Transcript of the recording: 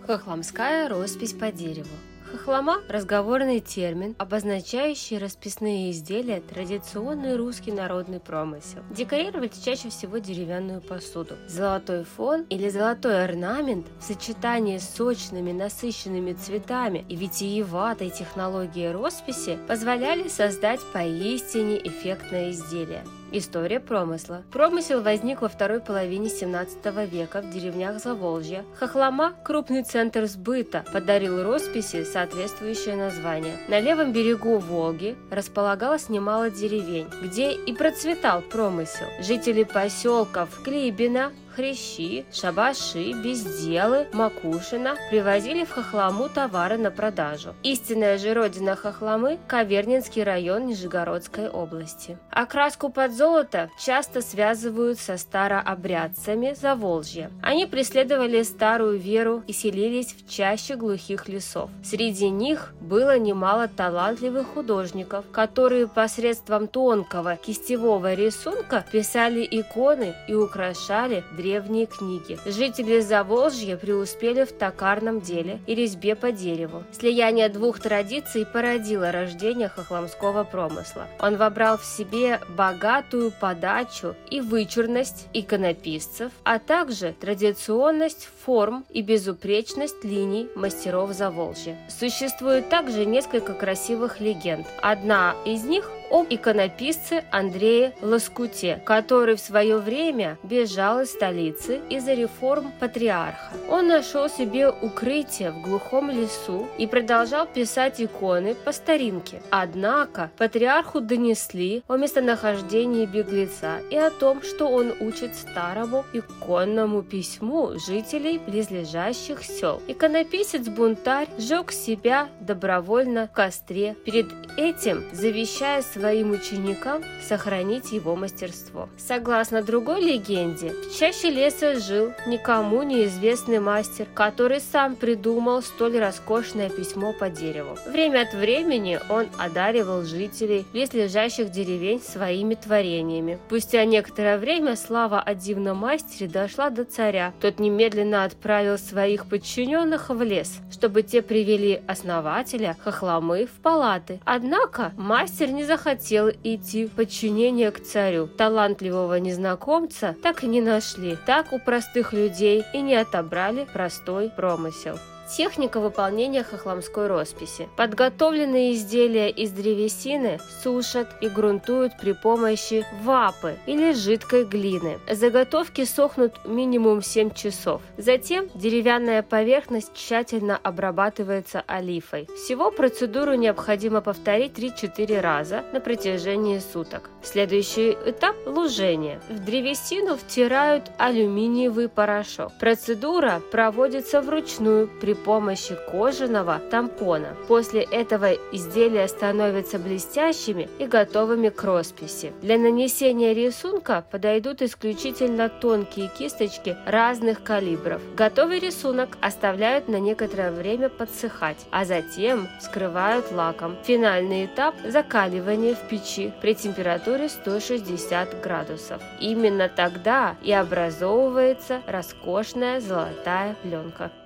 Хохломская роспись по дереву. Хохлома – разговорный термин, обозначающий расписные изделия, традиционный русский народный промысел. Декорировали чаще всего деревянную посуду. Золотой фон или золотой орнамент в сочетании с сочными насыщенными цветами и витиеватой технологией росписи позволяли создать поистине эффектное изделие. История промысла. Промысел возник во второй половине 17 века в деревнях Заволжья. Хохлома, крупный центр сбыта, подарил росписи соответствующее название. На левом берегу Волги располагалось немало деревень, где и процветал промысел. Жители поселков Клибина, Хрящи, Шабаши, Безделы, Макушино привозили в Хохлому товары на продажу. Истинная же родина хохломы – Кавернинский район Нижегородской области. Окраску под золото часто связывают со старообрядцами Заволжья. Они преследовали старую веру и селились в чаще глухих лесов. Среди них было немало талантливых художников, которые посредством тонкого кистевого рисунка писали иконы и украшали древние книги. Жители Заволжья преуспели в токарном деле и резьбе по дереву. Слияние двух традиций породило рождение хохломского промысла. Он вобрал в себе богатую подачу и вычурность иконописцев, а также традиционность форм и безупречность линий мастеров Заволжья. Существует также несколько красивых легенд. Одна из них об иконописце Андрее Лоскуте, который в свое время бежал из столицы из-за реформ патриарха. Он нашел себе укрытие в глухом лесу и продолжал писать иконы по старинке. Однако патриарху донесли о местонахождении беглеца и о том, что он учит старому иконному письму жителей близлежащих сел. Иконописец-бунтарь сжег себя добровольно в костре, перед этим завещая своим ученикам сохранить его мастерство. Согласно другой легенде, в чаще леса жил никому неизвестный мастер, который сам придумал столь роскошное письмо по дереву. Время от времени он одаривал жителей близлежащих деревень своими творениями. Спустя некоторое время слава о дивном мастере дошла до царя. Тот немедленно отправил своих подчиненных в лес, чтобы те привели основателя Хохломы в палаты. Однако мастер не захотел идти в подчинение к царю. Талантливого незнакомца так и не нашли. Так у простых людей и не отобрали простой промысел. Техника выполнения хохломской росписи. Подготовленные изделия из древесины сушат и грунтуют при помощи вапы или жидкой глины. Заготовки сохнут минимум 7 часов. Затем деревянная поверхность тщательно обрабатывается олифой. Всего процедуру необходимо повторить 3-4 раза на протяжении суток. Следующий этап – лужение. В древесину втирают алюминиевый порошок. Процедура проводится вручную при помощи кожаного тампона. После этого изделия становятся блестящими и готовыми к росписи. Для нанесения рисунка подойдут исключительно тонкие кисточки разных калибров. Готовый рисунок оставляют на некоторое время подсыхать, а затем скрывают лаком. Финальный этап – закаливание в печи при температуре 160 градусов. Именно тогда и образовывается роскошная золотая пленка.